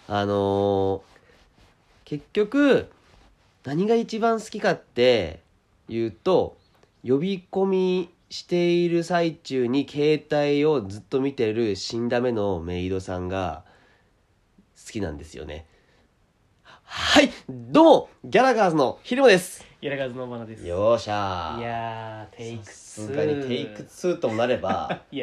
結局何が一番好きかっていうと、呼び込みしている最中に携帯をずっと見てる死んだ目のメイドさんが好きなんですよね。はい、どうもギャラガーズのヒルモです。 ギャラガーズのマナです。 よーしゃー。 いやー、テイク2。 さすがにテイク2ともなればいや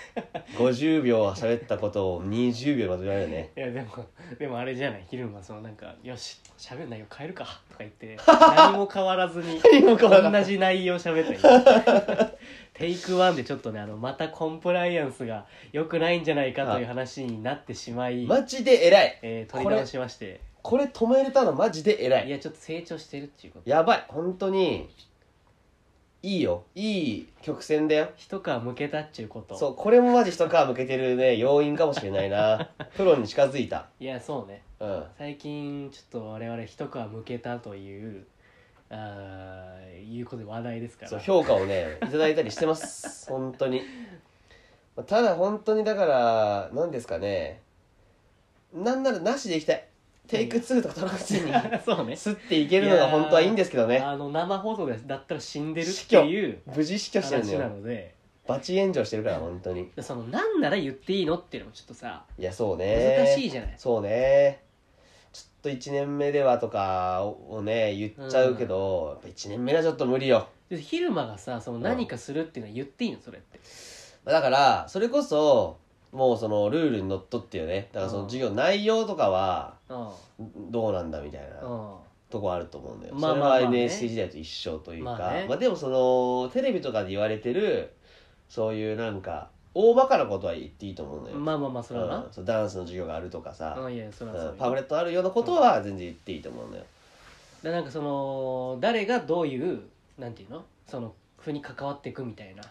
50秒喋ったことを20秒まとめられるね。 いやでもあれじゃない、ヒルマそのなんかよし喋る内容変えるかとか言って何も変わらずに同じ内容喋ったテイク1でちょっとねまたコンプライアンスが良くないんじゃないかという話になってしまい、 マジで偉い、 取り直しまして、 これ止めれたのマジで偉い。 いやちょっと成長してるっていうこと。 やばい、本当にいいよ、いい曲線だよ。 一皮むけたっちゅうこと。 そう、これもマジ一皮むけてるね要因かもしれないなプロに近づいた。 いやそうね、最近ちょっと我々一皮むけたといういうことで話題ですから、 そう評価をねいただいたりしてます本当に。ただ本当にだから何ですかね、なんならなしでいきたい。テイク2とかトランスにそうね、 吸っていけるのが本当はいいんですけどね。 生放送だったら死んでるっていう無事死去してるの話なよ。 ので、 バチ炎上してるから本当に。 そのなんなら言っていいのっていうのもちょっとさ、 いやそうね、 難しいじゃない。 そうね、ちょっと1年目ではとかをね言っちゃうけど、やっぱ1年目はちょっと無理よ。 で昼間がさ、その何かするっていうのは言っていいのそれって。 だからそれこそもうそのルールにのっとってよね。だからその授業内容とかはどうなんだみたいなとこあると思うんだよ。それは NSC 時代と一緒というか、まあでもそのテレビとかで言われてるそういうなんか大バカなことは言っていいと思うんだよ。 まあそれはな、 そうダンスの授業があるとかさ、 いやそれはそう、 パンフレットあるようなことは全然言っていいと思うんだよ。 でなんかその誰がどういうなんていうの、そのふに関わっていくみたいな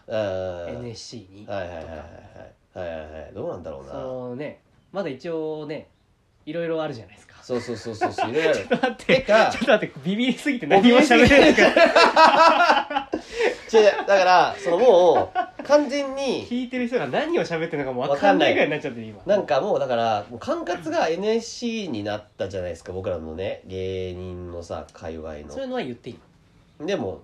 NSC にとか、 はいどうなんだろうな。 そのね、まだ一応ねいろいろあるじゃないですか。 そういろいろある。 ちょっと待ってビビりすぎて何も喋れないからだからそのもう完全に聞いてる人が何を喋ってるのかも分かんないぐらいになっちゃってる今。 なんかもうだからもう管轄が NSC になったじゃないですか、僕らのね芸人のさ界隈の。 そういうのは言っていいの？ でも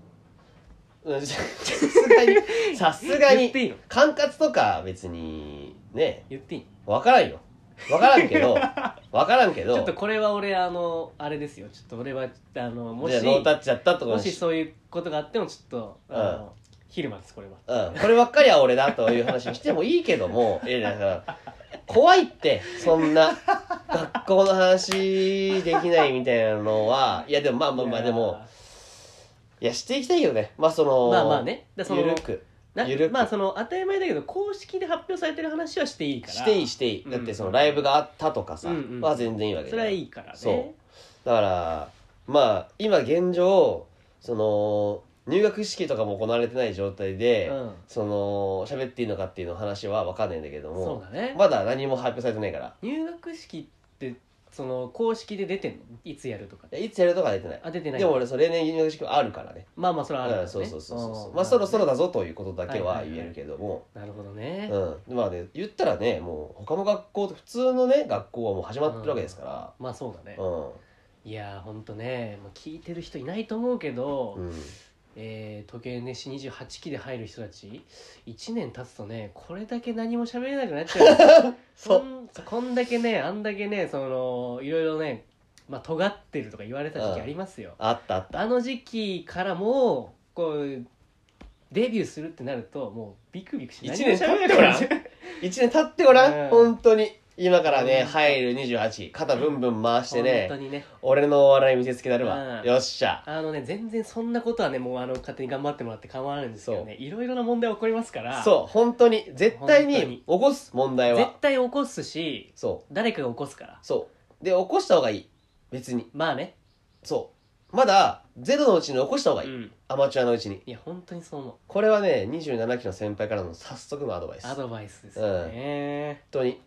さすがに管轄とか別にね言っていい分からんよ。分からんけどちょっとこれは俺あれですよ、ちょっと俺はもしノータッチだったとかもしそういうことがあってもちょっと昼間です。これはこればっかりは俺だという話にしてもいいけどもだから怖いってそんな学校の話できないみたいなのは。いやでもまあでもいやしていきたいよね。まあそのまあね、 ゆるくまあその当たり前だけど公式で発表されてる話はしていいから。 していい、だってそのライブがあったとかさ、は全然いいわけそれはいいからね。 そうだからまあ今現状その入学式とかも行われてない状態で、その喋っていいのかっていうの話は分かんないんだけども、 そうだね、 まだ何も発表されてないから。 入学式ってその公式で出てんの？いつやるとか。 いつやるとか出てない。 出てない。 でも俺それ例年入学式はあるからね。 まあそれはあるからね。 そうまあそろそろだぞということだけは言えるけども、 なるほどね。 まあね言ったらね、もう他の学校普通のね学校はもう始まってるわけですから、 まあそうだね。いやほんとね、聞いてる人いないと思うけど、時計ね28期で入る人たち1年経つとね、これだけ何も喋れなくなっちゃうこんだけね、あんだけね、そのいろいろね、尖ってるとか言われた時期ありますよ。 あったあの時期からもこうデビューするってなるともうビクビクしない。 1年経ってごらん1年経ってごらん、本当に今からね入る28肩ブンブン回してね、 本当にね俺のお笑い見せつけたるわ、よっしゃ。 全然そんなことはね、もう勝手に頑張ってもらって構わないんですけどね、いろいろな問題起こりますから。 そう本当に絶対に起こす問題は絶対起こすし、誰かが起こすから。 そうで起こした方がいい。別にまあね、 そうまだゼロのうちに起こした方がいい、アマチュアのうちに。 いや本当にそう思う。 これはね27期の先輩からの早速のアドバイス。 アドバイスですよね、 本当に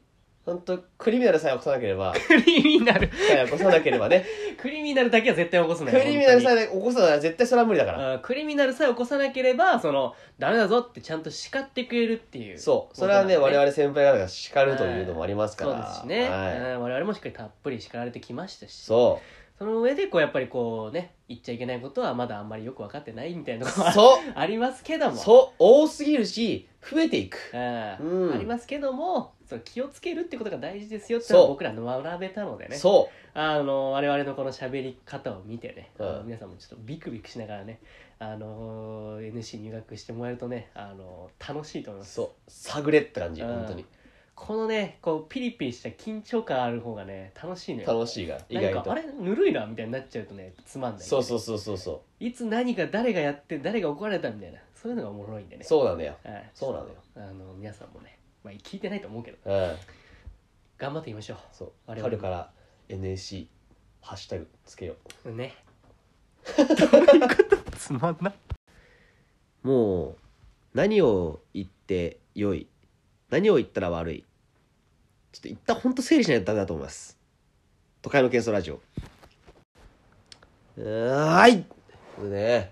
本当クリミナルさえ起こさなければクリミナル起こさなければねクリミナルだけは絶対起こすなよ。 クリミナルさええ起こすのは絶対それは無理だからクリミナルさえ起こさなければダメだぞってちゃんと叱ってくれるっていう。 そうそれはねことなんで我々先輩方が叱るというのもありますからそうですしね、 はい我々もしっかりたっぷり叱られてきましたし、 そその上でやっぱりね言っちゃいけないことはまだあんまりよく分かってないみたいなところはそうありますけども、 そう多すぎるし増えていくうんうんありますけども、気をつけるってことが大事ですよってのは僕ら学べたのでね、 そ我々のこの喋り方を見てね、 うん皆さんもちょっとビクビクしながらね、NC 入学してもらえるとね、楽しいと思いうます。 そう探れって感じうん本当にこのねピリピリした緊張感ある方がね楽しいのよ。 楽しいが意外となんかあれぬるいなみたいになっちゃうとねつまんないんでね、 そうそうそうそうそいつ何が誰がやって誰が怒られたみたいな、そういうのがおもろいんでね。 うそうなんだよはい、 そうなのよ皆さんもね、聞いてないと思うけどうん頑張っていきましょそう我々 春から NSC ハッシュタグつけようね。どういうことつまんな。 うもう何を言って良い何を言ったら悪いちょっと一旦ほんと整理しないとダメだと思います都会の喧騒ラジオはいでね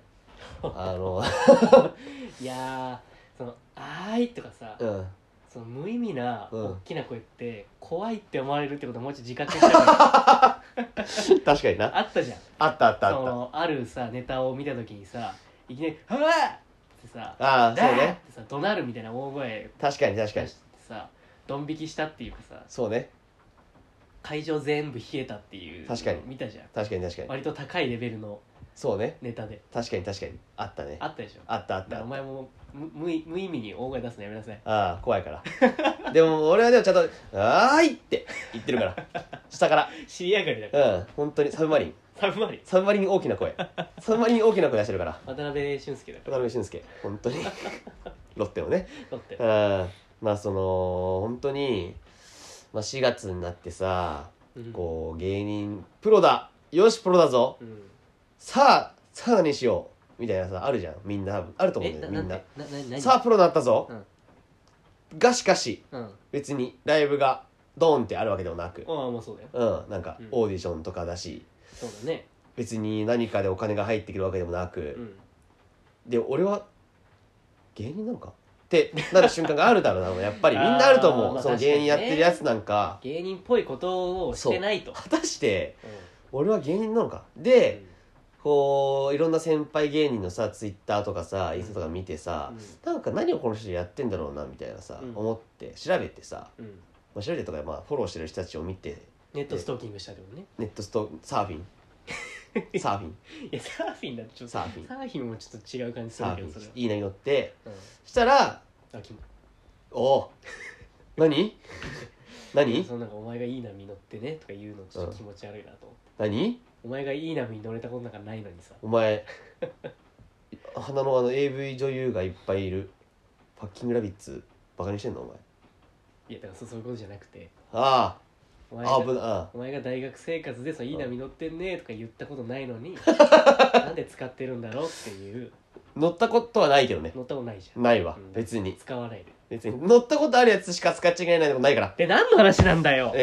いやーあーいとかさ、 うん無意味なうん大きな声って怖いって思われるってことをもうちょっと自覚したら確かになあったじゃん。 あったあったあったあるさネタを見た時にさ、いきなり「はぁ!」ってさああそうねってさ怒鳴るみたいな大声確かに確かに出してさドン引きしたっていうかさ、 そうね会場全部冷えたっていう確かに見たじゃん。 確かに確かに割と高いレベルのそうねネタで確かに確かにあったねあったでしょ。 あったあっだからたお前も無意味に大声出すのやめなさい。 ああ怖いからでも俺はでもちゃんと「あーい!」って言ってるから下から尻上がりだかうら、 ん本当にサブマリンサブマリンサブマリン大きな声サブマリン大きな声出してるから渡辺俊介だか渡辺俊介本当にロッテのねらだってうん本当に、4月になってさこう芸人プロだよしプロだぞうんさあ何しようみたいなさあるじゃんみんな多分あると思うんだよみんな何さあプロになったぞ、 うんがしかしうん別にライブがドーンってあるわけでもなくああまあそうだよ。 なんかうんオーディションとかだし、 そうだね。 別に何かでお金が入ってくるわけでもなく、 うんで俺は芸人なのかってなる瞬間があるだろうなやっぱりみんなあると思う、その芸人やってるやつなんか芸人っぽいことをしてないと。 果たしてう俺は芸人なのかんで、こういろんな先輩芸人のさツイッターとかさインスタとか見てさ、なんか何をこの人やってんだろうなみたいなさ、 うん思って調べてさ、 うん調べてとかフォローしてる人たちを見てネットストーキングしたってことね。 ネットサーフィンサーフィンいやサーフィンだとちょっとサーフィンサーフィンもちょっと違う感じすサーフィンるけどそれは。 いい波乗ってうんしたらあキモいおお何何そのなんかお前がいい波乗ってねとか言うのちょっと気持ち悪いなと思って。 何お前がいい波に乗れたことなんかないのにさ。 お前花のAV 女優がいっぱいいるパッキングラビッツバカにしてんのお前いやだからそういうことじゃなくて、 あお前あ危がなお前が大学生活でいい波乗ってんねとか言ったことないのになんで使ってるんだろうっていう。 乗ったことはないけどね乗ったことないじゃん。 ないわうん別に使わないで。 乗ったことあるやつしか使っちゃいけないのないからで何の話なんだよ。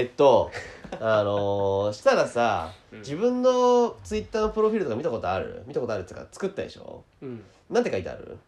したらさ、 うん自分のツイッターのプロフィールとか見たことあるっていうか作ったでしょうん。 なんて書いてある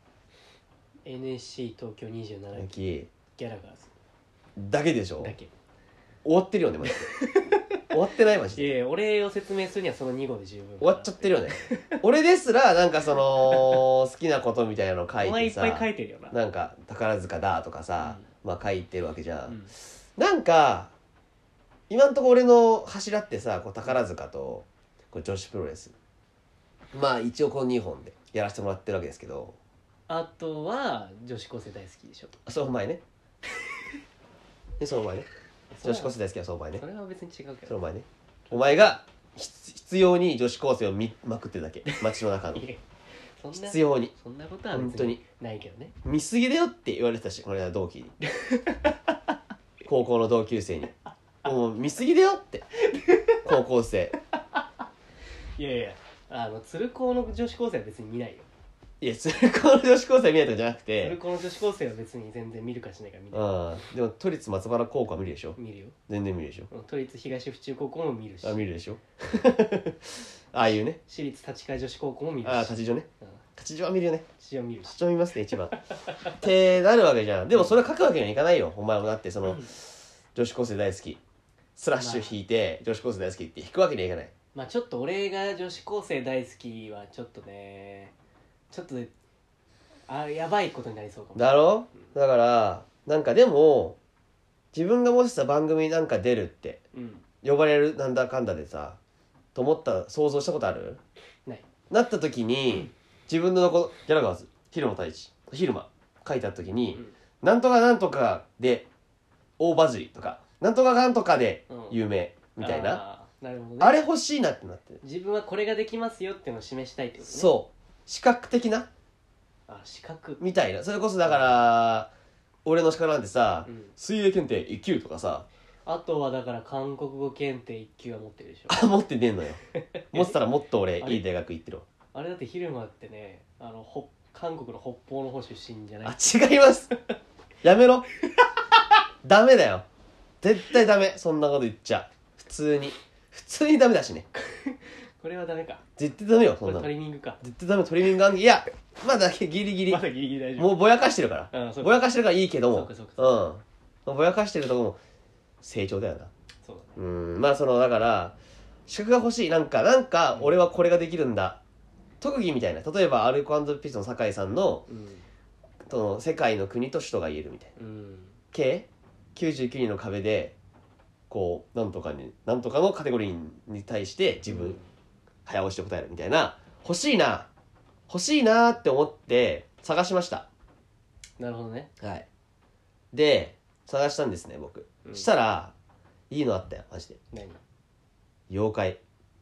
NSC 東京27期ギギャラガーズだけでしょだけ。 終わってるよねマジで終わってないマジでいやいや俺を説明するにはその2語で十分。 終わっちゃってるよね俺ですらなんか好きなことみたいなの書いお前いてさっぱい書いてるよな。 なんか宝塚だとかさ、書いてるわけじゃん、 うんなんか今んとこ俺の柱ってさこう宝塚とこう女子プロレス一応この2本でやらせてもらってるわけですけどあとは女子高生大好きでしょ。 その前ねでその前ね女子高生大好きはその前ねそれは別に違うけど。 その前ねお前が必要に女子高生を見まくってるだけ街の中のいやそんな必要にそんなことは別にないけどね。 見すぎだよって言われてたしこれは同期に高校の同級生にもう見すぎだよって高校生いやいや鶴高の女子高生は別に見ないよ。 いや鶴高の女子高生見ないとかじゃなく鶴て、 高の女子高生は別に全然見るかしないか見ないでも都立松原高校は見るでしょ。 見るよ。 全然見るでしょ。 都立東府中高校も見るし、 あ、見るでしょ。ああいうね。 私立立川女子高校も見るし、 ああ、立ち女ね。 うん、 立ち女は見るよね。 私は見るし、 立ち女見ますね、一番。ってなるわけじゃん。でもそれ書くわけにはいかないよ。お前もだってその、女子高生大好き。スラッシュ引いて、女子高生大好きって引くわけにはいかない。 まあちょっと俺が女子高生大好きはちょっとね、ちょっとやばいことになりそうかも。 だろ。だからなんかでも自分がもしさ番組なんか出るってうん呼ばれるなんだかんだでさと思った想像したことある？ ないなった時に自分の残ギャラガーズ昼間太一昼間書いてあった時に、なんとかなんとかで大バズりとかなんとかなんとかで有名みたいな、 なるほどね。 あれ欲しいなってなってる。 自分はこれができますよっていうのを示したいってことね。 そう視覚的な資格みたいな。それこそだから俺の資格なんてさ、 うん水泳検定1級とかさ、 あとはだから韓国語検定1級は持ってるでしょ。 あ、持ってねえのよ。持ってたらもっと俺あれいい大学行ってるわ。 あれだって昼間ってね、韓国の北方の方出身じゃない。 あ、違いますやめろダメだよ、絶対ダメ。そんなこと言っちゃ普通にダメだしね。 これはダメか。 絶対ダメよ、そこれトんなの。 リミングか。 絶対ダメ。トリミングいや、まだギリギリまだギリギリ大丈夫。 もうぼやかしてるから、 そうかぼやかしてるからいいけども、 そうかぼやかしてるとこも成長だよな。 そうだね。 まあそのだから資格が欲しい。なんか俺はこれができるんだ、特技みたいな。例えばアルコ&ピースの酒井さんのその世界の国と首都が言えるみたいな計99人の壁でこうなんとかのカテゴリーに対して自分早押しで答えるみたいな。欲しいなって思って探しました。 なるほどね。 はい。で探したんですね僕、したらいいのあったよマジで。 何？ 妖怪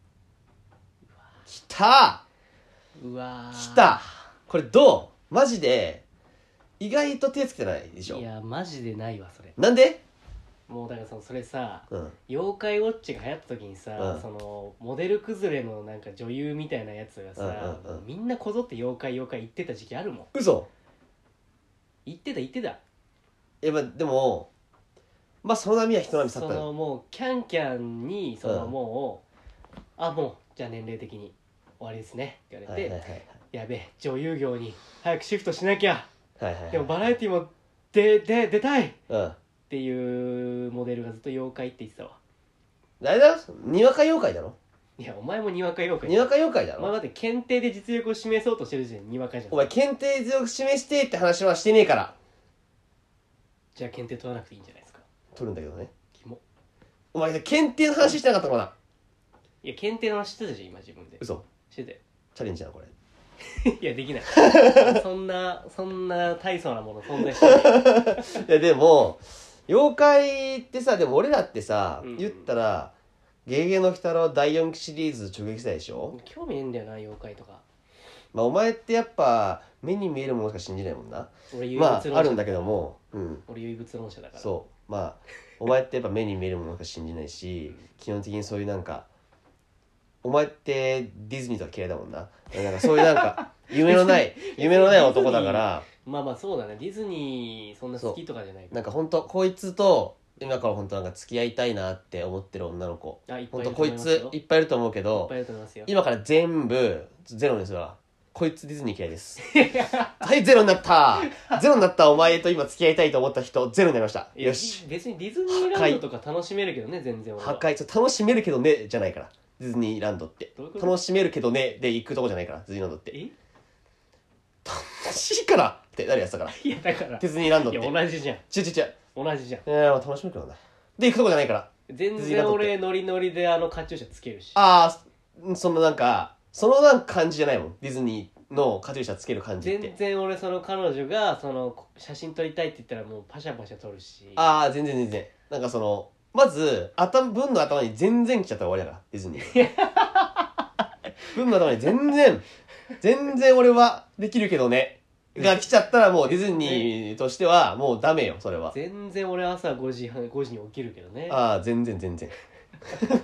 きたうわー来た。これどう？マジで意外と手つけてないでしょ。 いやマジでないわそれ。 なんで？ もうだからそれさ、 うん妖怪ウォッチが流行った時にさ、 うんそのモデル崩れのなんか女優みたいなやつがさ、みんなこぞって妖怪言ってた時期あるもん。 嘘。 言ってたまあでもまあその波は人波去ったよ。 そのもうキャンキャンにそのもう、もうじゃあ年齢的に終わりですねって言われて、やべえ女優業に早くシフトしなきゃ、でもバラエティも出たいっていうモデルがずっと妖怪って言ってたわ。 あれだろ、にわか妖怪だろ。 いやお前もにわか妖怪にわか妖怪だろ。 お前だって検定で実力を示そうとしてる時点でにわかじゃん。 お前検定強く示してって話はしてねえから。 じゃあ検定取らなくていいんじゃないですか。 取るんだけどね。 キモ。 お前検定の話してなかったのかな。 いや検定の話してたじゃん今自分で。 嘘。 してたよ。 チャレンジだなこれ。 いやできないそんな大層なもの存在してないいやでも妖怪ってさ、でも俺らってさ、 うん言ったらゲゲゲの鬼太郎第4期シリーズ直撃したでしょ。 興味ねえんだよな妖怪とか。 まあお前ってやっぱ目に見えるものしか信じないもんな。 俺唯物ま論者ああるんだけども、 俺唯物論者だから。 そうまあお前ってやっぱ目に見えるものしか信じないし、基本的にそういうなんかお前ってディズニーとか嫌いだもんな。なんかそういうなんか夢のない男だから。 まあそうだね。ディズニーそんな好きとかじゃないから。 なんか本当こいつと今から本当なんか付き合いたいなって思ってる女の子、 いっぱいいると本当こい思いますよ。 ついっぱいいると思うけいっどぱいいると思いますよ。 今から全部ゼロですわ。こいつディズニー嫌いですはいゼロになったお前と今付き合いたいと思った人ゼロになりました。 いやよし別にディズニーランドとか楽しめるけどね全然俺は。 破壊楽しめるけどねじゃないから。ディズニーランドってどういうこと楽しめるけどねで行くとこじゃないから。ディズニーランドってえ楽しいからって誰やってたから。 いやだからディズニーランドっていや同じじゃん。 違う同じじゃん。 楽しめるけどなで行くとこじゃないから。 全然俺ノリノリでカチューシャつけるし。 そのなんか感じじゃないもん。ディズニーのカチューシャつける感じって全然俺その彼女がその写真撮りたいって言ったらもうパシャパシャ撮るし。 全然なんかそのまず文の頭に全然来ちゃったら終わりだからディズニー文の頭に全然俺はできるけどねが来ちゃったらもうディズニーとしてはもうダメよそれは。 全然俺朝5時に起きるけどね。 全然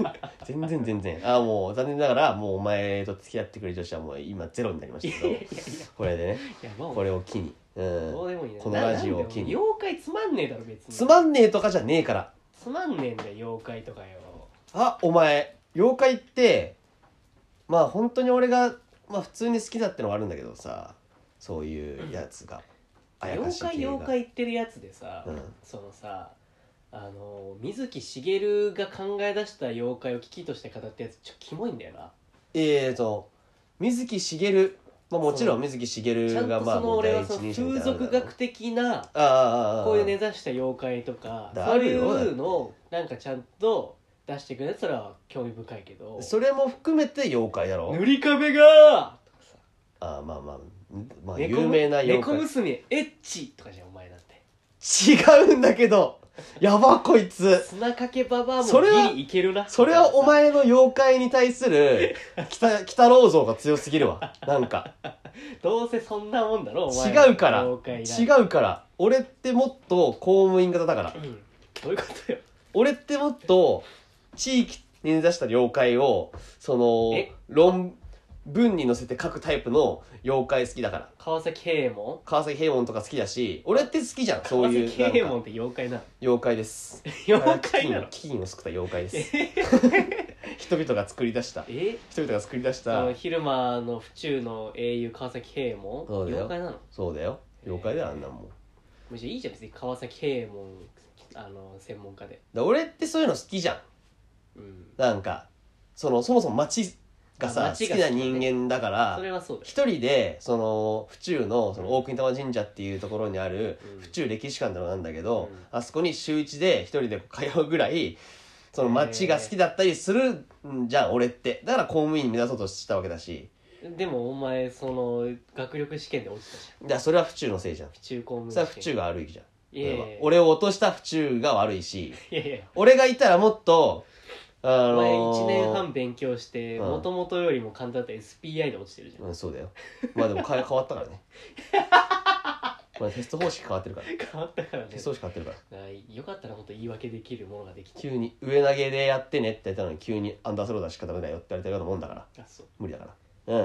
全然もう残念ながらもうお前と付き合ってくれる女子はもう今ゼロになりましたけどこれでねいやもうこれを機に、 どうでもいいね。 このラジオを機に妖怪つまんねえだろ別に。 つまんねえとかじゃねえから。 つまんねえんだよ妖怪とかよ。 お前妖怪ってまあ本当に俺がまあ普通に好きだってのはあるんだけどさ、そういうやつがあやかしい系が妖怪言ってるやつでさ、そのさ水木しげるが考え出した妖怪を危機として語ったやつキモいんだよな。 水木しげる、まあ、もちろん水木しげるがまあもう俺は第一人者風みたいなの俗学的なこういう根ざした妖怪とかそういうのをなんかちゃんと出してくれたら興味深いけど、 それも含めて妖怪だろ。 塗り壁がまあ有名な妖怪猫娘エッチとかじゃんお前なんて。 違うんだけどやばこいつ砂かけババアもギリいけるな。 それはお前の妖怪に対する北郎像が強すぎるわ。なんかどうせそんなもんだろお前。 違うから俺ってもっと公務員型だから、 どういうことよ。 俺ってもっと地域に根ざした妖怪をその論文に載せて書くタイプの妖怪好きだから。 川崎平右衛門とか好きだし、俺って好きじゃんそういう。 川崎平右衛門って妖怪なの。 妖怪です。 妖怪なの。 飢饉を救った妖怪です。人々が作り出した昼間の府中の英雄川崎平右衛門妖怪なの。 そうだよ妖怪だよあんなもん。 もしいいじゃん別に川崎平右衛門専門家で。 俺ってそういうの好きじゃん、なんかそもそも街がさ好きな人間だから、 それはそうだ。 一人でその府中の大国玉神社っていうところにある府中歴史館ってのなんだけど、あそこに週一で一人で通うぐらいその街が好きだったりするんじゃん俺って。だから公務員に目指そうとしたわけだし。 でもお前その学力試験で落ちたじゃん。 それは府中のせいじゃん。 府中公務員試験。 それは府中が悪いじゃん。 俺を落とした府中が悪いし、 いや俺がいたらもっとお前1年半勉強してもともとよりも簡単だった SPI で落ちてるじゃん。 そうだよ。まあでも変わったからね。これテスト方式変わってるから。 変わったからね。 テスト方式変わってるから。 よかったら本当言い訳できるものができて。 急に上投げでやってねって言ったのに急にアンダースロー出し方ダメだよって言われたようなもんだから。無理だから。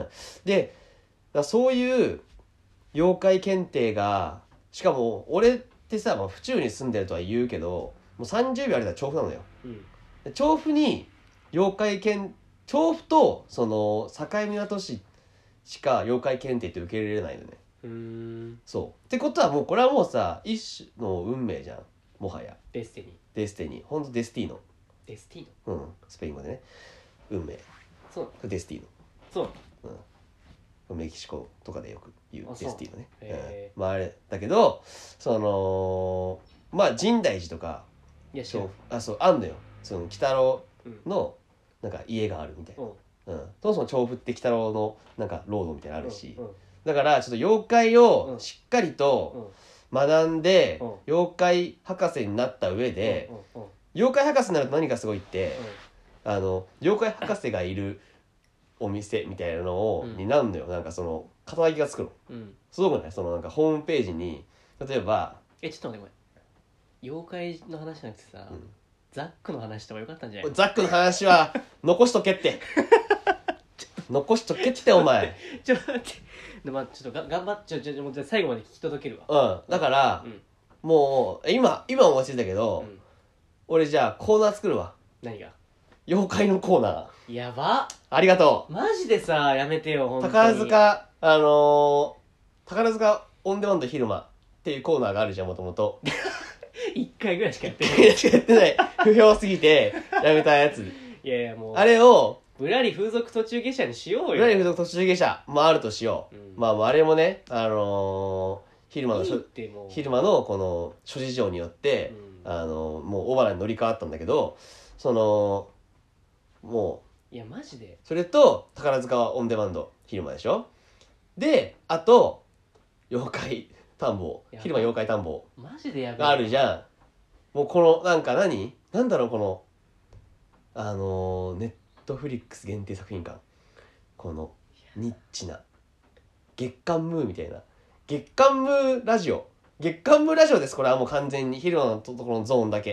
でそういう妖怪検定がしかも俺ってさ、府中に住んでるとは言うけどもう30秒あれたら調布なのよ。調布に調布とその境港市しか妖怪検定って受け入れられないのね。そうってことはもうこれはもうさ一種の運命じゃんもはや。 デスティニーほんとデスティーノスペイン語でね運命。 そうデスティーノ。 そうメキシコとかでよく言うデスティーノね。あれだけどその深大寺とかあんのよ。その鬼太郎のなんか家があるみたいな。そもそも調布って鬼太郎のなんかロードみたいなのあるし、だからちょっと妖怪をしっかりと学んで妖怪博士になった上で、妖怪博士になると何がすごいって妖怪博士がいるお店みたいなのになるのよ。なんかその肩書きがつくの。すごくない？そのなんかホームページに例えばちょっと待って、妖怪の話じゃなくてさ、ザックの話とかよかったんじゃない？ ザックの話は残しとけって残しとけってお前ちょっと待ってちょっと頑張ってもう最後まで聞き届けるわ。 だから、もう今思いついたけど、俺じゃあコーナー作るわ。 何が？ 妖怪のコーナー。やば。 ありがとう。マジでさやめてよ本当に。 宝塚オンデマンド昼間っていうコーナーがあるじゃんもともと。 1回ぐらいしかやってない。 やってない。不評すぎてやめたやつ。 いやもうあれをぶらり風俗途中下車にしようよ。 ぶらり風俗途中下車もあるとしよう。あれもね昼間のこの諸事情によって、もう小原に乗り換わったんだけどもういやマジでそれと宝塚オンデマンド昼間でしょ。であと妖怪探訪昼間妖怪探訪マジでやべがあるじゃん。もうこのなんかなんだろうこのネットフリックス限定作品館このニッチな月刊ムーみたいな月刊ムーラジオです。これはもう完全に昼間のところのゾーンだけ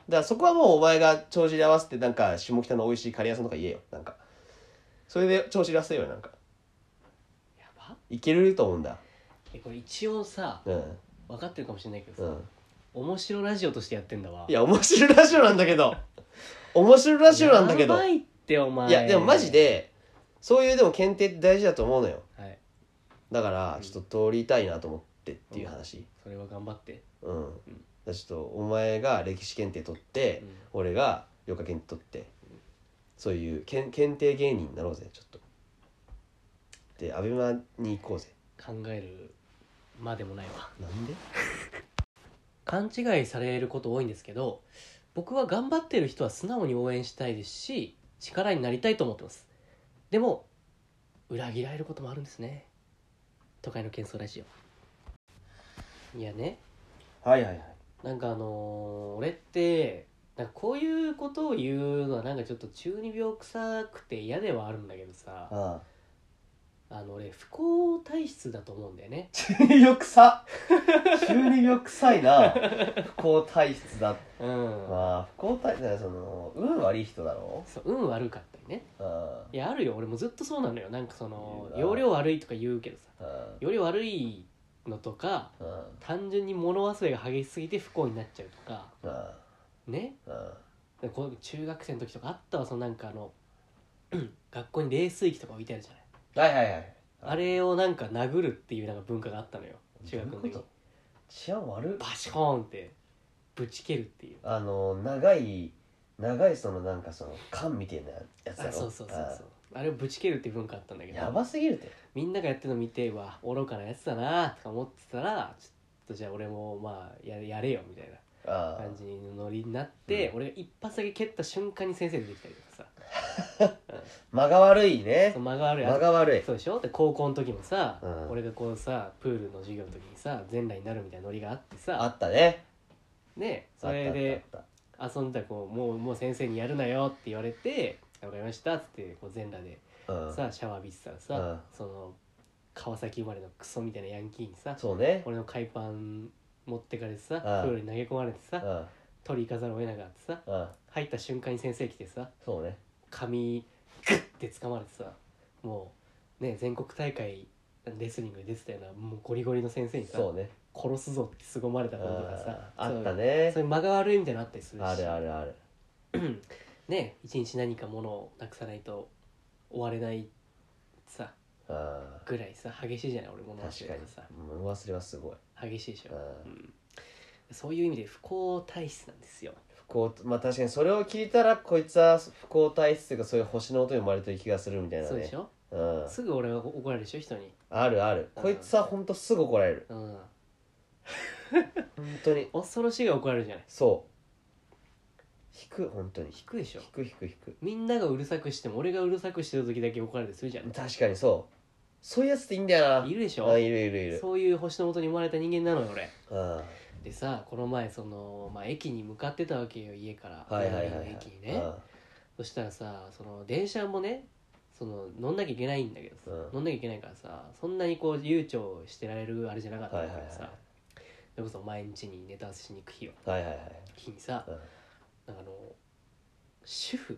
からそこはもうお前が帳尻合わせてなんか下北の美味しいカレー屋さんとか言えよ。なんかそれで帳尻合わせようよ。なんかやばいけると思うんだ。 これ一応さうん分かってるかもしれないけどさ、 うん面白ラジオとしてやってんだわ。 いや面白いラジオなんだけど面白いラジオなんだけどやばいってお前。 いやでもマジでそういうでも検定って大事だと思うのよ。 はい、 だからちょっと通りたいなと思ってっていう話。 それは頑張って。 うん、だからちょっとお前が歴史検定取って、俺が余暇検定取って、そういう検定芸人になろうぜちょっと。でアベマに行こうぜ。 考えるまでもないわ。 なんで勘違いされること多いんですけど、僕は頑張ってる人は素直に応援したいですし、力になりたいと思ってます。でも裏切られることもあるんですね。都会の喧騒ラジオ。いやね、 はいはいはい。 なんか俺ってなんかこういうことを言うのはなんかちょっと中二病臭くて嫌ではあるんだけどさ、 あ俺不幸体質だと思うんだよね。 中二病臭中二病臭いな不幸体質だ。 うん、 まあ不幸体質その運悪い人だろ。 そう運悪かったりね。 あいやあるよ、俺もずっとそうなのよ。なんかそのいいな容量悪いとか言うけどさ、 あ容量悪いのとかあ単純に物忘れが激しすぎて不幸になっちゃうとかあね。 あでこう中学生の時とかあったわ。そのなんか学校に冷水器とか置いてあるじゃない。 はいはいはいあれをなんか殴るっていうなんか文化があったのよ、中学の時に。 どういうこと治安悪っ。 バシコーンってぶち蹴るっていう。 長いそのなんかその缶みたいなやつだろ。 そうそうあれをぶち蹴るっていう文化あったんだけど、 やばすぎるって。 みんながやってるの見てわ愚かなやつだなとか思ってたら、ちょっとじゃあ俺もまあやれよみたいなああ感じのノリになって、俺が一発だけ蹴った瞬間に先生出てきたりとかさ間が悪いね。 そう間が悪い。 間が悪い。 そうでしょ。で高校の時もさ、 うん俺がこうさプールの授業の時にさ全裸になるみたいなノリがあってさ、 あったね。 ね、それであったあっ遊んだらこうもう先生にやるなよって言われて分かりましたっつってこう全裸でたうんさシャワー浴びてたらさ、 うんその川崎生まれのクソみたいなヤンキーにさそうね。 俺の海パン持ってかれてさプうんールに投げ込まれてさうん取り行かざるを得なかったさ、 うん入った瞬間に先生来てさそうね。 髪グッて掴まれてさ、もうね全国大会レスリングで出てたようなもうゴリゴリの先生にさそうね。 殺すぞって凄まれたこととかさ、 あったそうねそういう間が悪いみたいなのあったりするし、 あるあるある。 ね、一日何か物をなくさないと終われないさあぐらいさ激しいじゃない俺物忘確かにれがさ物忘れはすごい。 激しいでしょ、 うんうんそういう意味で不幸体質なんですよ。 不幸まあ確かにそれを聞いたらこいつは不幸体質というかそういう星の音に生まれてる気がするみたいなね。 そうでしょ、 うんすぐ俺は怒られるでしょ人に。 あるある。こいつはほんとすぐ怒られる。 うん本当に恐ろしいが怒られるじゃない。 そう引く本当に引くでしょ。 引くみんながうるさくしても俺がうるさくしてる時だけ怒られてするじゃん。 確かにそういうやつっていいんだよな。 いるでしょ。 あいるそういう星の下に生まれた人間なのよ俺。 あでさこの前その、駅に向かってたわけよ家からはいはいはい最寄りの駅にね。そしたらさその電車もねその乗んなきゃいけないんだけどさ、乗んなきゃいけないからさそんなにこう悠長してられるあれじゃなかったんだけどさ、それこそ毎日にネタ合わせしに行く日にさ、なんか主婦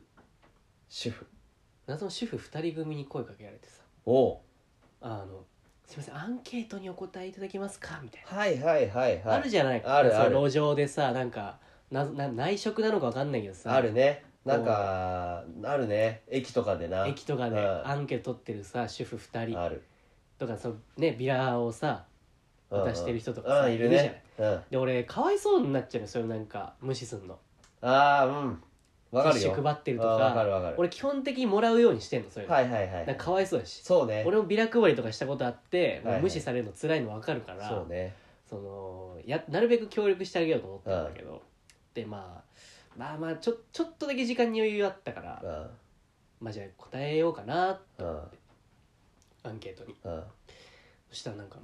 謎の主婦2人組に声かけられてさおすいませんアンケートにお答えいただけますかみたいな、 はいあるじゃないあるそう路上でさなんか内職なのか分かんないけどさあるねなんかあるね駅とかでな駅とかでアンケート取ってるさ主婦2人あるとかそうねビラをさ渡してる人とかさいるねじゃない。で俺かわいそうになっちゃうのそれをなんか無視すんの。 わかるよティッシュ配ってるとかわかる俺基本的にもらうようにしてんのそういうの、 はいなんかかわいそうだしそうね俺もビラ配りとかしたことあって、 はいはい無視されるの辛いの分かるからそうねそのなるべく協力してあげようと思ったんだけど、でまあちょっとだけ時間に余裕あったからじゃあ答えようかなアンケートに。そしたらなんか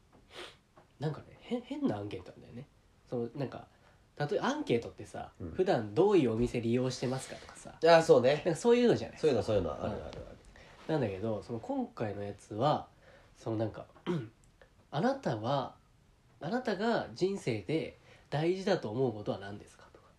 変なアンケートなんだよね。そのなんか例えばアンケートってさ、普段どういうお店利用してますかとかさ、 そうねなんかそういうのじゃない。 そういうのあるなんだけどその今回のやつはそのなんかあなたが人生で大事だと思うことは何ですかとか、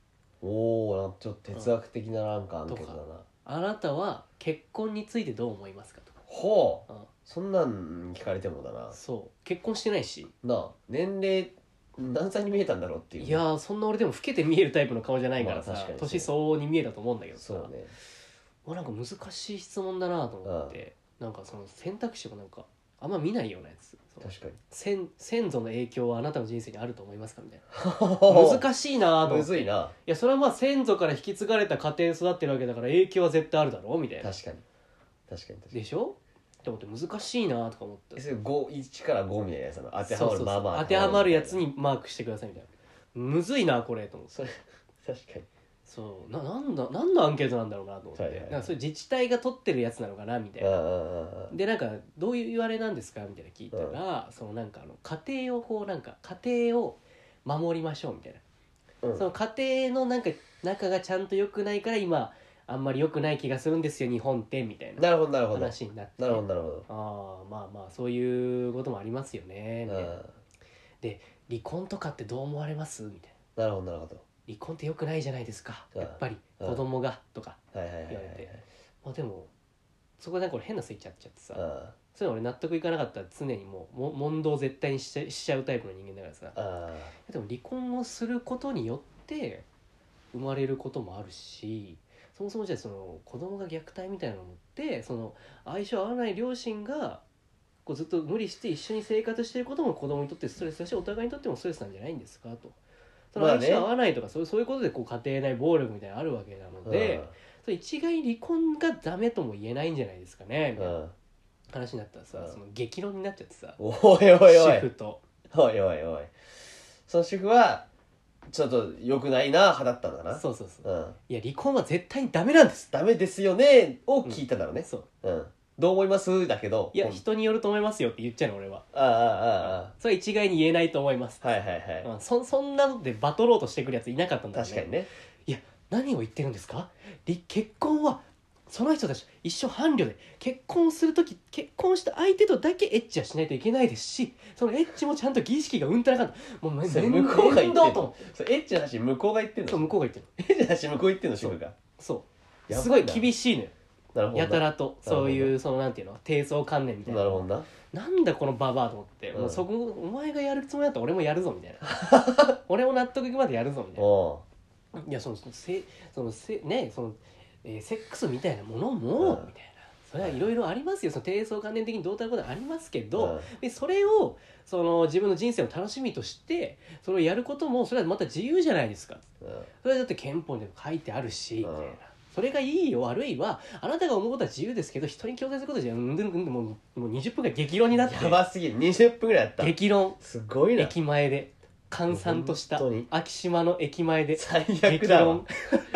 おお、なんかちょっと哲学的ななんかアンケートだな。 あなたは結婚についてどう思いますかとか、 ほう、 うん、 そんなん聞かれてもだな。 そう結婚してないし、 なあ、年齢何歳に見えたんだろうっていう。 いやーそんな俺でも老けて見えるタイプの顔じゃないからさ、 まあ確かにそう年相応に見えたと思うんだけどさ、 そうね。 なんか難しい質問だなと思って、なんかその選択肢もなんかあんま見ないようなやつ、 確かに。 先祖の影響はあなたの人生にあると思いますかみたいな難しいなと思って。 むずいな。 いやそれはまあ先祖から引き継がれた家庭で育ってるわけだから影響は絶対あるだろうみたいな。 確かに確かに。 でしょって思って難しいなとか思って、 それ1から5みたいなやつなの。当てはまる、まあまあ当てはまるやつにマークしてくださいみたいな。むずいなこれと思って。 それ確かに。 そうなんのアンケートなんだろうなと思って、 はいはいはい、 なんかそれ自治体が取ってるやつなのかなみたいな。でなんかどういう言われなんですかみたいな聞いたら、そのなんか家庭をこうなんか家庭を守りましょうみたいな、その家庭のなんか仲がちゃんと良くないから今あんまり良くない気がするんですよ日本ってみたいな。 なるほどなるほど。 話になって、 なるほどなるほど。 ああまあまあそういうこともありますよねみたいな。で離婚とかってどう思われますみたいな。 なるほどなるほど。 離婚って良くないじゃないですかやっぱり子供がとか言われて、まあでもそこでなんか俺変なスイッチあっちゃってさ、そういうの俺納得いかなかったら常にもう問答を絶対にしちゃうタイプの人間だからさ、でも離婚をすることによって生まれることもあるし、そもそもじゃあその子供が虐待みたいなのってその相性合わない両親がこうずっと無理して一緒に生活していることも子供にとってストレスだしお互いにとってもストレスなんじゃないんですかと。その相性合わないとか、そういうことでこう家庭内暴力みたいなのあるわけなので、それ一概に離婚がダメとも言えないんじゃないですかねみたいな話になったらさ、その激論になっちゃってさ、 おいおいおい主婦とおいおいおい、その主婦はちょっと良くないな派だったんだな。 そう、いや離婚は絶対にダメなんです、 ダメですよねを聞いただろうね。 そう、 どう思いますだけど、 いや人によると思いますよって言っちゃうの俺は。それは一概に言えないと思います。 はいはいはい。 そんなのでバトろうとしてくるやついなかったんだよね。 確かにね。 いや何を言ってるんですか、結婚はその人たち一生伴侶で結婚するとき結婚した相手とだけエッチはしないといけないですし、そのエッチもちゃんと儀式がうんたらかんだもうそれ向こうが言ってんとの。それエッチな話向こうが言ってんの。 そう向こうが言ってるエッチな話向こう言ってんの主婦が。 そうやばいな、 すごい厳しいのよ。 なるほどやたらとそういうそのなんていうの低層観念みたいな。 なるほどな。 なんだこのババアと思って、もうそこお前がやるつもりだったら俺もやるぞみたいな俺も納得いくまでやるぞみたいな。いやそのセックスみたいなものも、みたいなそれはいろいろありますよ、その低層観念的にどうたることありますけど、でそれをその自分の人生の楽しみとしてそれをやることもそれはまた自由じゃないですか、それだって憲法にも書いてあるし、みたいな。それがいいよ悪いはあなたが思うことは自由ですけど人に強制することじゃもう20分が激論になってやばすぎる。20分ぐらいやった。 激論すごいな。 駅前で閑散とした昭島の駅前で最悪だわ。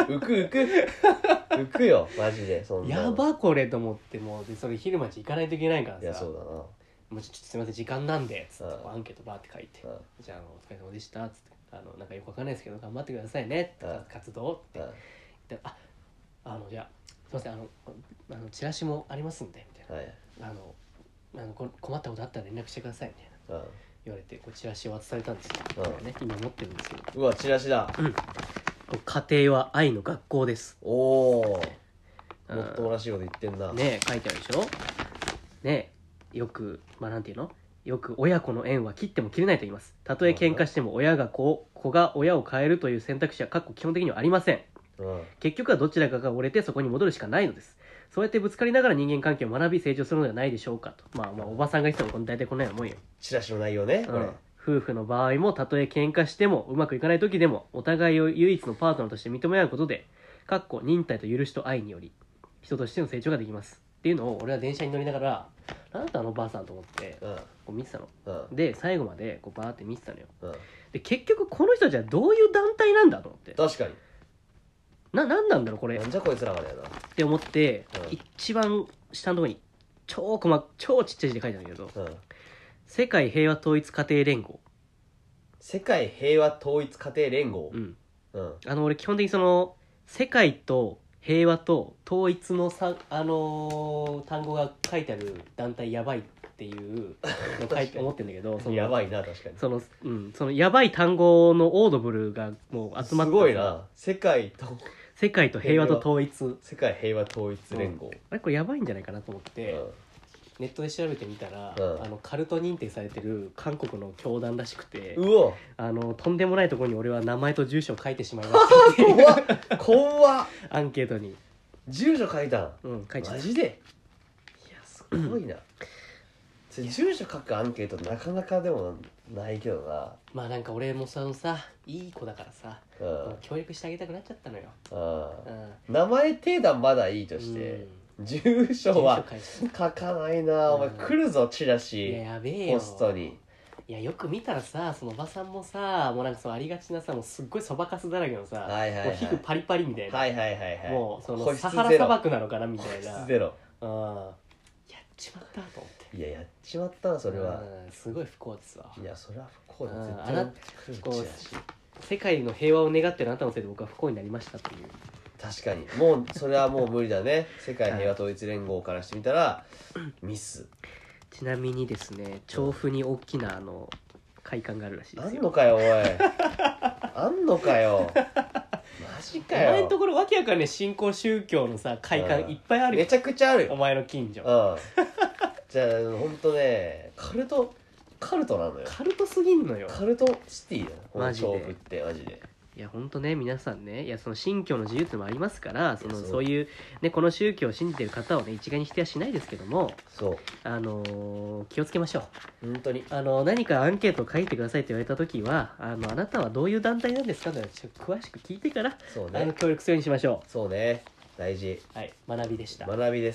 浮くよマジで。そんなやばこれと思ってもうでそれ昼町行かないといけないからさ、 いやそうだな。 もうちょっとすみません時間なんでつってアンケートバーって書いて、じゃあお疲れ様でしたつってなんかよくわかんないですけど頑張ってくださいね活動ってでじゃあすいませんチラシもありますんでみたいな、困ったことあったら連絡してくださいみたいな言われてこうチラシを渡されたんですよ、今持ってるんですよ。 うわチラシだ。 家庭は愛の学校です。 おお、もっともらしいこと言ってんな。 ね書いてあるでしょ。ねよくなんていうの、よく親子の縁は切っても切れないと言います。たとえ喧嘩しても親が子が親を変えるという選択肢は基本的にはありません。結局はどちらかが折れてそこに戻るしかないのです。そうやってぶつかりながら人間関係を学び成長するのではないでしょうかと。おばさんが言ってたの大体こんなようなもんよ。 チラシの内容ね、これ。 夫婦の場合もたとえ喧嘩してもうまくいかない時でもお互いを唯一のパートナーとして認め合うことで忍耐と許しと愛により人としての成長ができますっていうのを俺は電車に乗りながらなんだあのばあさんと思ってこう見てたの、で最後までこうバーって見てたのよ、で結局この人たちはどういう団体なんだと思って。 確かになんなんだろうこれなんじゃこいつらがだよなって思って、一番下のところに超ちっちゃい字で書いてあるんだけど、世界平和統一家庭連合。 世界平和統一家庭連合。 俺基本的にその世界と平和と統一の単語が書いてある団体やばいっていうのを書いて思ってるんだけど、そのやばいな確かに。 そのやばい単語のオードブルがもう集まってすごいな。世界と平和と統一、 世界平和統一連合、 あれこれやばいんじゃないかなと思っうて、 んネットで調べてみたら、 うんカルト認定されてる韓国の教団らしくて、 うわとんでもないところに俺は名前と住所を書いてしまいましたっていう怖っ怖っアンケートに、 住所書いたん、 書いてた。 マジで。いやすごいな。それ住所書くアンケートなかなかでもないけどな。 まあなんか俺もさいい子だからさ、協力してあげたくなっちゃったのよ。 名前定段まだいいとして、住所は書かないな。お前来るぞチラシ。 いややべえよポストに。 いやよく見たらさ、そのおばさんもさ、もうなんかありがちなさ、もうすっごいそばかすだらけのさ、 はいはいはい、 もう皮膚パリパリみたいな、 はいはいはいはい、 もうその保湿サハラ砂漠なのかなみたいな、 保湿ゼロ。 やっちまったと思って。 いややっちまったなそれは。 すごい不幸ですわ。 いやそれは不幸だ。絶あな対こう世界の平和を願ってるあなたのせいで僕は不幸になりましたという。 確かにもうそれはもう無理だね。世界平和統一連合からしてみたらミス。 ちなみにですね、調布に大きな会館があるらしいですよ。 あんのかよおいあんのかよマジかよ。 お前のところわけわかんねえ新興宗教のさ会館いっぱいあるよ。 めちゃくちゃあるよ。 お前の近所。 じゃあほんとねカルトなのよ。 カルトすぎんのよ。 カルトシティだよマジで調布ってマジで。 いや本当ね、皆さんね、いやその信教の自由ってのもありますから、 そうそういうねこの宗教を信じている方をね一概に否定はしないですけども、 そう気をつけましょう。 本当に何かアンケートを書いてくださいって言われた時は、あなたはどういう団体なんですかってちょっと詳しく聞いてから、 そうね協力するようにしましょそうね大事。 う。はい、学びでした。 学びです。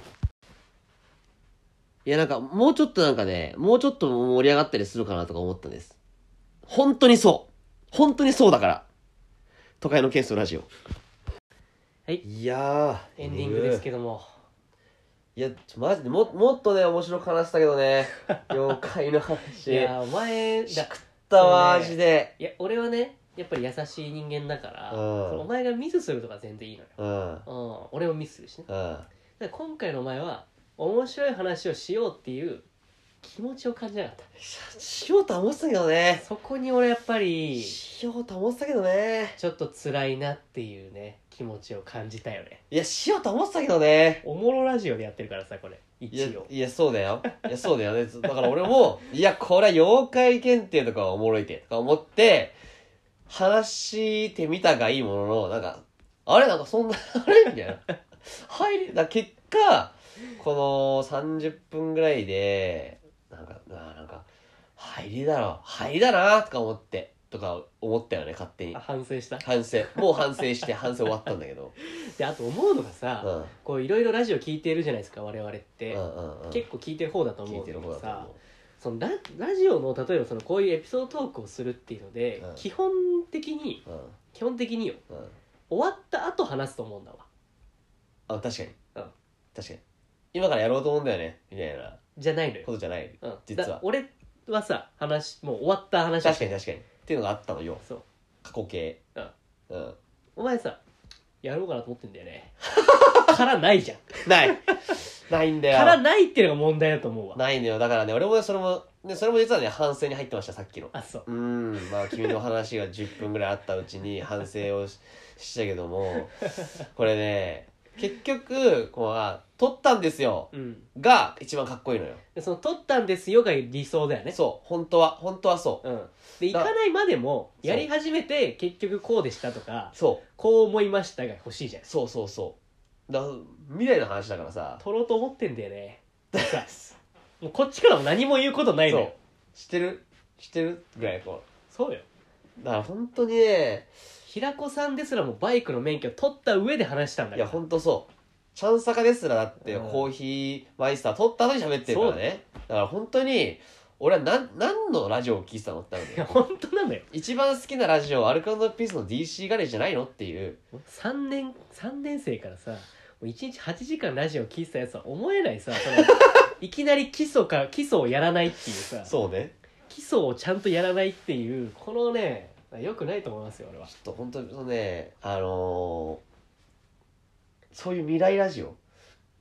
いやなんかもうちょっとなんかねもうちょっと盛り上がったりするかなとか思ったんです。本当にそうだから都会のケースラジオ。 はい、 いやエンディングですけども、 いやマジでもっとね面白く話したけどね妖怪の話。 いやお前しくったわマジで。 いや俺はねやっぱり優しい人間だから、お前がミスするとか全然いいのよ。俺もミスするしね。だから今回のお前は面白い話をしようっていう気持ちを感じなかった。 しようとは思ってたけどね。 そこに俺やっぱりしようとは思ってたけどね。 ちょっと辛いなっていうね気持ちを感じたよね。 いやしようとは思ってたけどね。 おもろラジオでやってるからさこれ一応。 いやそうだよ。いやそうだよね。だから俺もいやこれは妖怪検定とかはおもろいけとか思って話してみたがいいもののなんかあれなんかそんなあれみたいな入りだ結果この30分ぐらいでなんか入りだなとか思ったよね勝手に。 反省した。 もう反省して反省終わったんだけどであと思うのがさ、こういろいろラジオ聞いてるじゃないですか我々って、結構聞いてる方だと思うんだけどさ、そのラジオの例えばこういうエピソードトークをするっていうので、基本的によ、終わった後話すと思うんだわ。 確かに、確かに今からやろうと思うんだよねみたいなじゃないのよことじゃない、実は俺はさもう終わった話確かにっていうのがあったのよ。 そう過去形。 お前さやろうかなと思ってんだよねからないじゃん。 ないんだよ。 からないっていうのが問題だと思うわ。 ないのよ。だからね俺もそれも実はね反省に入ってました。さっきのまあ君の話が10分ぐらいあったうちに反省をしたけどもこれね結局撮ったんですよ、が一番かっこいいのよ。 でその撮ったんですよが理想だよね。 そう本当はそう、 で行かないまでもやり始めて結局こうでしたとかそうこう思いましたが欲しいじゃん。 そうだ未来の話だからさ撮ろうと思ってんだよねもうこっちからも何も言うことないのよ。 してるぐらいそうよ。 だから本当にね平子さんですらもバイクの免許を取った上で話したんだから。 いや本当そうチャンサカですらだってコーヒーマイスター取った後に喋ってるからね。だから本当に俺は何のラジオを聞いてたのってなるんだよ。 いや本当なんだよ。 一番好きなラジオアルコ&ピースの DC ガレージじゃないのっていう。 3年生からさもう1日8時間ラジオ聞いてたやつは思えないさいきなり基礎をやらないっていうさ。 そうね基礎をちゃんとやらないっていうこのね良くないと思いますよ俺は。 ちょっと本当にねそういう未来ラジオ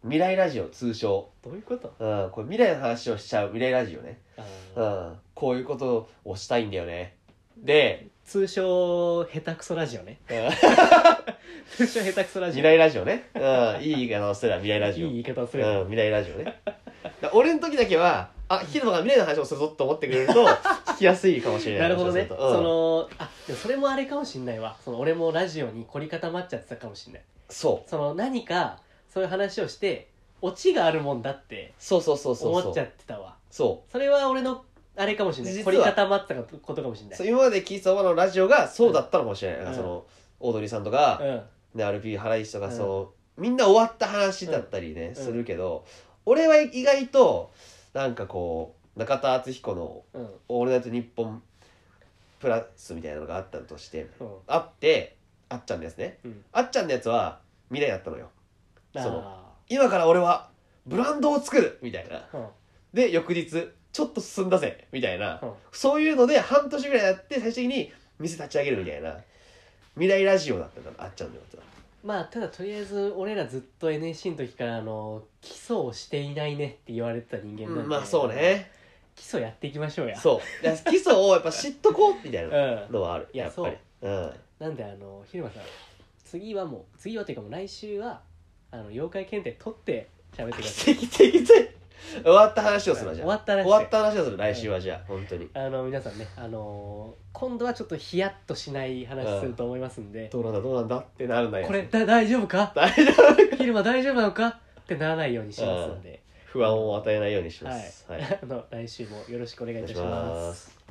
未来ラジオ通称、 どういうこと？ これ未来の話をしちゃう未来ラジオね。 あこういうことをしたいんだよね。で、 通称下手くそラジオね。通称下手くそラジオ。 未来ラジオね。いい言い方をすれば未来ラジオ。 いい言い方をすれば、 未来ラジオね。俺の時だけは、ヒロが未来の話をするぞと思ってくれると、聞きやすいかもしれない。 なるほどね。 でもそれもあれかもしんないわ。俺もラジオに凝り固まっちゃってたかもしんない。 そう。 何か、そういう話をして、オチがあるもんだって、思っちゃってたわ。 そう。 それは俺の、あれかもしんない。凝り固まってたことかもしんない。 今まで聞いてたのラジオがそうだったのかもしれない。オードリーさんとか、RP 原石とか、みんな終わった話だったりね、するけど、俺は意外と、なんかこう、中田敦彦のオールナイトニッポンプラスみたいなのがあったとして、あって、あっちゃんのやつね。あっちゃんのやつは未来だったのよ。今から俺はブランドを作るみたいな。で、翌日、ちょっと進んだぜみたいな。そういうので半年ぐらいやって、最終的に店立ち上げるみたいな。未来ラジオだったんだ、あっちゃんのやつは。 まあただとりあえず俺らずっと NSC の時から基礎をしていないねって言われてた人間なんで、 まあそうね、 基礎やっていきましょうや。 そう基礎をやっぱ知っとこうみたいなのはある、 いややっぱり。 なんで昼間さん、次はというかもう来週は妖怪検定取って喋ってください。 きつい終わった話をするわ、じゃあ終わった話をする、来週は。じゃあ本当に皆さんね、今度はちょっとヒヤッとしない話すると思いますんで、 どうなんだってならないやつ。 これ大丈夫か、 大丈夫か、 昼間大丈夫なのかってならないようにしますので、 不安を与えないようにします。 来週もよろしくお願いいたします。